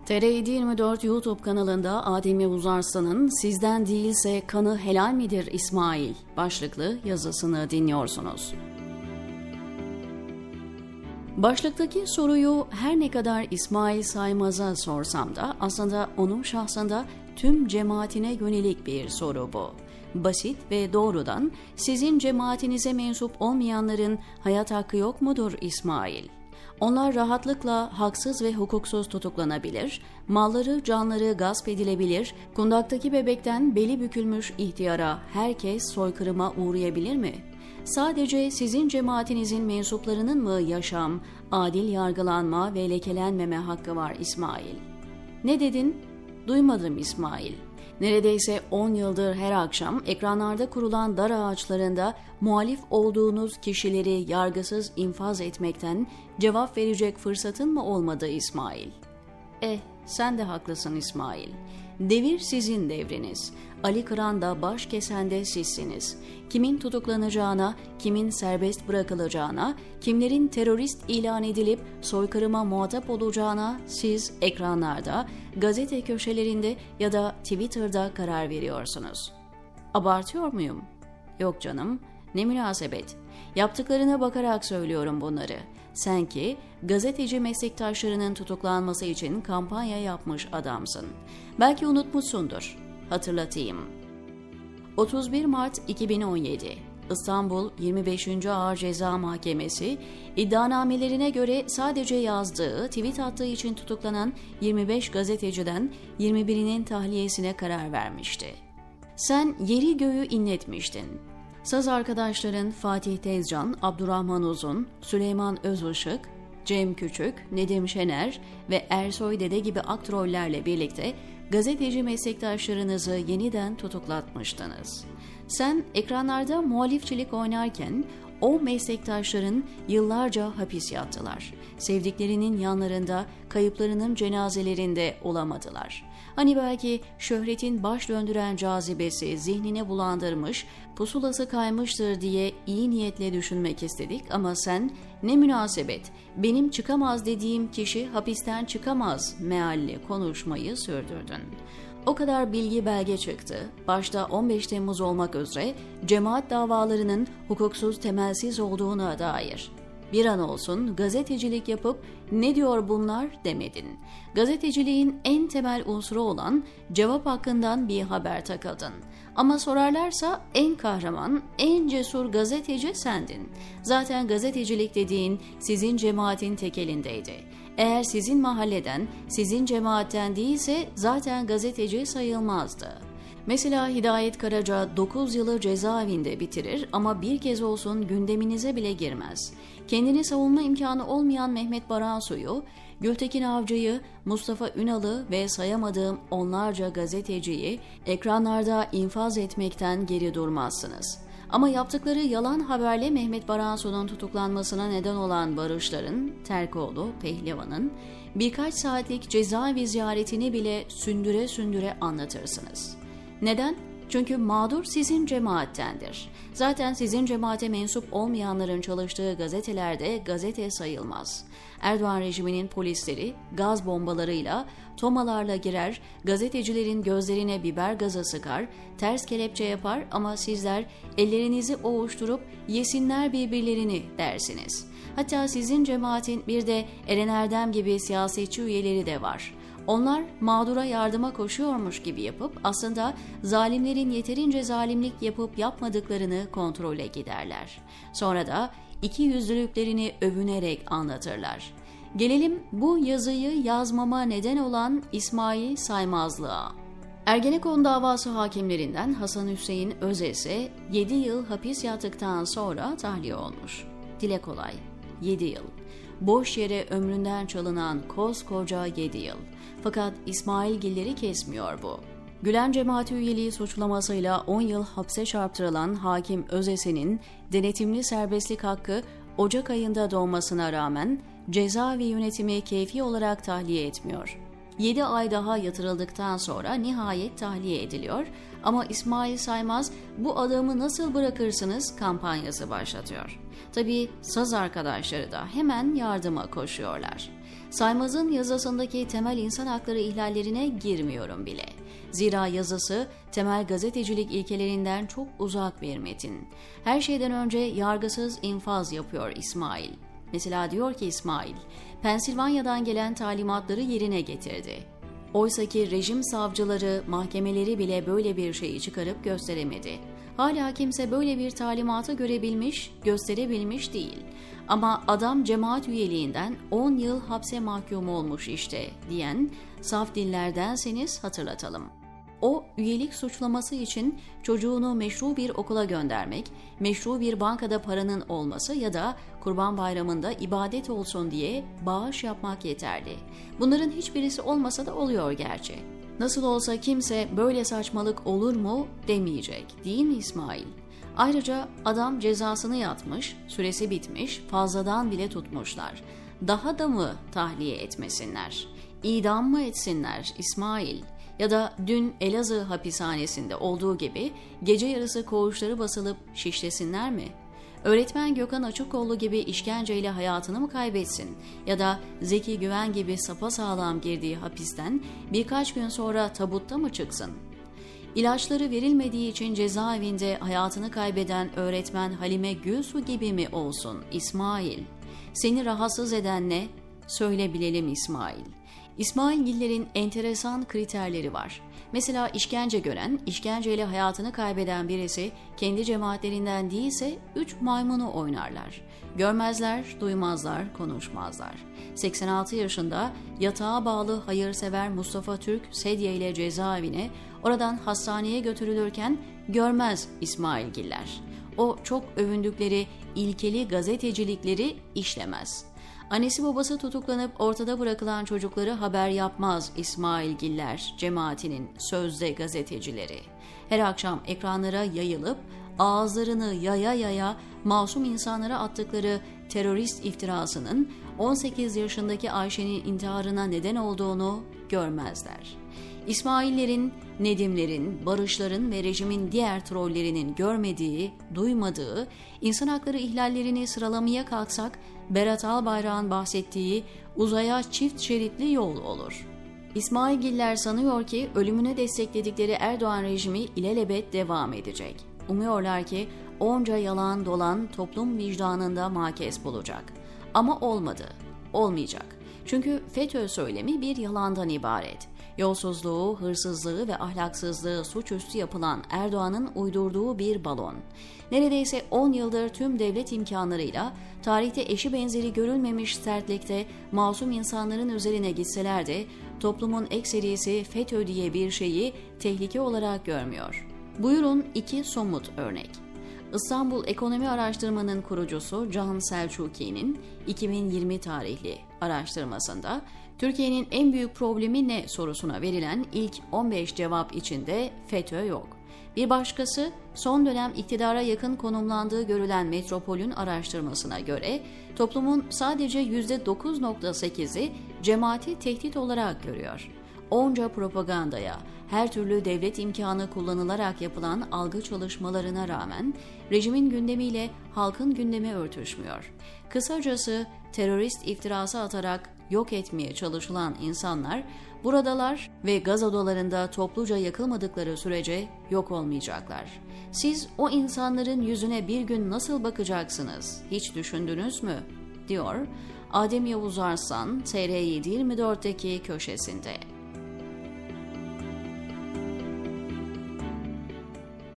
TR724 YouTube kanalında Adem Yavuz Arslan'ın "Sizden değilse kanı helal midir İsmail?" başlıklı yazısını dinliyorsunuz. Başlıktaki soruyu her ne kadar İsmail Saymaz'a sorsam da aslında onun şahsında tüm cemaatine yönelik bir soru bu. Basit ve doğrudan sizin cemaatinize mensup olmayanların hayat hakkı yok mudur İsmail? Onlar rahatlıkla haksız ve hukuksuz tutuklanabilir, malları, canları gasp edilebilir, kundaktaki bebekten beli bükülmüş ihtiyara herkes soykırıma uğrayabilir mi? Sadece sizin cemaatinizin mensuplarının mı yaşam, adil yargılanma ve lekelenmeme hakkı var İsmail? Ne dedin? Duymadım İsmail. Neredeyse 10 yıldır her akşam ekranlarda kurulan dar ağaçlarında muhalif olduğunuz kişileri yargısız infaz etmekten cevap verecek fırsatın mı olmadı İsmail? Sen de haklısın İsmail. Devir sizin devriniz. Ali Kıran da baş kesen de sizsiniz. Kimin tutuklanacağına, kimin serbest bırakılacağına, kimlerin terörist ilan edilip soykırıma muhatap olacağına siz ekranlarda, gazete köşelerinde ya da Twitter'da karar veriyorsunuz. Abartıyor muyum? Yok canım, ne münasebet. Yaptıklarına bakarak söylüyorum bunları. Sen ki gazeteci meslektaşlarının tutuklanması için kampanya yapmış adamsın. Belki unutmuşsundur. Hatırlatayım. 31 Mart 2017 İstanbul 25. Ağır Ceza Mahkemesi iddianamelerine göre sadece yazdığı, tweet attığı için tutuklanan 25 gazeteciden 21'inin tahliyesine karar vermişti. Sen yeri göğü inletmiştin. Saz arkadaşların Fatih Tezcan, Abdurrahman Uzun, Süleyman Özışık, Cem Küçük, Nedim Şener ve Ersoy Dede gibi aktörlerle birlikte gazeteci meslektaşlarınızı yeniden tutuklatmıştınız. Sen ekranlarda muhalifçilik oynarken o meslektaşların yıllarca hapis yattılar. Sevdiklerinin yanlarında, kayıplarının cenazelerinde olamadılar. Hani belki şöhretin baş döndüren cazibesi zihnine bulandırmış, pusulası kaymıştır diye iyi niyetle düşünmek istedik ama sen ne münasebet, benim çıkamaz dediğim kişi hapisten çıkamaz mealli konuşmayı sürdürdün. O kadar bilgi belge çıktı, başta 15 Temmuz olmak üzere cemaat davalarının hukuksuz temelsiz olduğuna dair. Bir an olsun gazetecilik yapıp ne diyor bunlar demedin. Gazeteciliğin en temel unsuru olan cevap hakkından bir haber takıldın. Ama sorarlarsa en kahraman, en cesur gazeteci sendin. Zaten gazetecilik dediğin sizin cemaatin tekelindeydi. Eğer sizin mahalleden, sizin cemaatten değilse zaten gazeteci sayılmazdı. Mesela Hidayet Karaca 9 yılı cezaevinde bitirir ama bir kez olsun gündeminize bile girmez. Kendini savunma imkanı olmayan Mehmet Baransu'yu, Gültekin Avcı'yı, Mustafa Ünal'ı ve sayamadığım onlarca gazeteciyi ekranlarda infaz etmekten geri durmazsınız. Ama yaptıkları yalan haberle Mehmet Baransu'nun tutuklanmasına neden olan Barışların, Terkoğlu, Pehlivan'ın birkaç saatlik cezaevi ziyaretini bile sündüre sündüre anlatırsınız. Neden? Çünkü mağdur sizin cemaattendir. Zaten sizin cemaate mensup olmayanların çalıştığı gazetelerde gazete sayılmaz. Erdoğan rejiminin polisleri gaz bombalarıyla, tomalarla girer, gazetecilerin gözlerine biber gazı sıkar, ters kelepçe yapar ama sizler ellerinizi ovuşturup yesinler birbirlerini dersiniz. Hatta sizin cemaatin bir de Eren Erdem gibi siyasetçi üyeleri de var. Onlar mağdura yardıma koşuyormuş gibi yapıp aslında zalimlerin yeterince zalimlik yapıp yapmadıklarını kontrole giderler. Sonra da ikiyüzlülüklerini övünerek anlatırlar. Gelelim bu yazıyı yazmama neden olan İsmail Saymazlığa. Ergenekon davası hakimlerinden Hasan Hüseyin Özes'e 7 yıl hapis yattıktan sonra tahliye olmuş. Dile kolay, 7 yıl. Boş yere ömründen çalınan koskoca 7 yıl. Fakat İsmailgilleri kesmiyor bu. Gülen cemaati üyeliği suçlamasıyla 10 yıl hapse çarptırılan hakim Özese'nin denetimli serbestlik hakkı Ocak ayında doğmasına rağmen cezaevi yönetimi keyfi olarak tahliye etmiyor. 7 ay daha yatırıldıktan sonra nihayet tahliye ediliyor ama İsmail Saymaz bu adamı nasıl bırakırsınız kampanyası başlatıyor. Tabii saz arkadaşları da hemen yardıma koşuyorlar. Saymaz'ın yazısındaki temel insan hakları ihlallerine girmiyorum bile. Zira yazısı temel gazetecilik ilkelerinden çok uzak bir metin. Her şeyden önce yargısız infaz yapıyor İsmail. Mesela diyor ki İsmail, Pensilvanya'dan gelen talimatları yerine getirdi. Oysaki rejim savcıları, mahkemeleri bile böyle bir şeyi çıkarıp gösteremedi. Hala kimse böyle bir talimatı görebilmiş, gösterebilmiş değil. Ama adam cemaat üyeliğinden 10 yıl hapse mahkum olmuş işte diyen saf dillerdenseniz hatırlatalım. O, üyelik suçlaması için çocuğunu meşru bir okula göndermek, meşru bir bankada paranın olması ya da Kurban Bayramı'nda ibadet olsun diye bağış yapmak yeterli. Bunların hiçbirisi olmasa da oluyor gerçi. Nasıl olsa kimse böyle saçmalık olur mu demeyecek, değil mi İsmail? Ayrıca adam cezasını yatmış, süresi bitmiş, fazladan bile tutmuşlar. Daha da mı tahliye etmesinler? İdam mı etsinler İsmail? Ya da dün Elazığ hapishanesinde olduğu gibi gece yarısı koğuşları basılıp şişlesinler mi? Öğretmen Gökhan Açıkkollu gibi işkenceyle hayatını mı kaybetsin ya da Zeki Güven gibi sapasağlam girdiği hapisten birkaç gün sonra tabutta mı çıksın? İlaçları verilmediği için cezaevinde hayatını kaybeden öğretmen Halime Gülsu gibi mi olsun İsmail? Seni rahatsız eden ne? Söyle bilelim İsmail. İsmailgillerin enteresan kriterleri var. Mesela işkence gören, işkenceyle hayatını kaybeden birisi kendi cemaatlerinden değilse 3 maymunu oynarlar. Görmezler, duymazlar, konuşmazlar. 86 yaşında yatağa bağlı hayırsever Mustafa Türk sedye ile cezaevine, oradan hastaneye götürülürken görmez İsmailgiller. O çok övündükleri ilkeli gazetecilikleri işlemez. Annesi babası tutuklanıp ortada bırakılan çocukları haber yapmaz İsmailgiller cemaatinin sözde gazetecileri. Her akşam ekranlara yayılıp ağızlarını yaya yaya masum insanlara attıkları terörist iftirasının 18 yaşındaki Ayşe'nin intiharına neden olduğunu görmezler. İsmail'lerin, Nedim'lerin, Barış'ların ve rejimin diğer trollerinin görmediği, duymadığı, insan hakları ihlallerini sıralamaya kalksak Berat Albayrak'ın bahsettiği uzaya çift şeritli yol olur. İsmailgiller sanıyor ki ölümüne destekledikleri Erdoğan rejimi ilelebet devam edecek. Umuyorlar ki onca yalan dolan toplum vicdanında makes bulacak. Ama olmadı, olmayacak. Çünkü FETÖ söylemi bir yalandan ibaret. Yolsuzluğu, hırsızlığı ve ahlaksızlığı suçüstü yapılan Erdoğan'ın uydurduğu bir balon. Neredeyse 10 yıldır tüm devlet imkanlarıyla tarihte eşi benzeri görülmemiş sertlikte masum insanların üzerine gitseler de toplumun ekserisi FETÖ diye bir şeyi tehlike olarak görmüyor. Buyurun 2 somut örnek. İstanbul Ekonomi Araştırma'nın kurucusu Can Selçuki'nin 2020 tarihli araştırmasında Türkiye'nin en büyük problemi ne sorusuna verilen ilk 15 cevap içinde FETÖ yok. Bir başkası son dönem iktidara yakın konumlandığı görülen Metropol'ün araştırmasına göre toplumun sadece %9.8'i cemaati tehdit olarak görüyor. Onca propagandaya, her türlü devlet imkanı kullanılarak yapılan algı çalışmalarına rağmen rejimin gündemiyle halkın gündemi örtüşmüyor. Kısacası terörist iftirası atarak yok etmeye çalışılan insanlar buradalar ve gaz odalarında topluca yakılmadıkları sürece yok olmayacaklar. Siz o insanların yüzüne bir gün nasıl bakacaksınız? Hiç düşündünüz mü? Diyor Adem Yavuz Arslan TR724'deki köşesinde.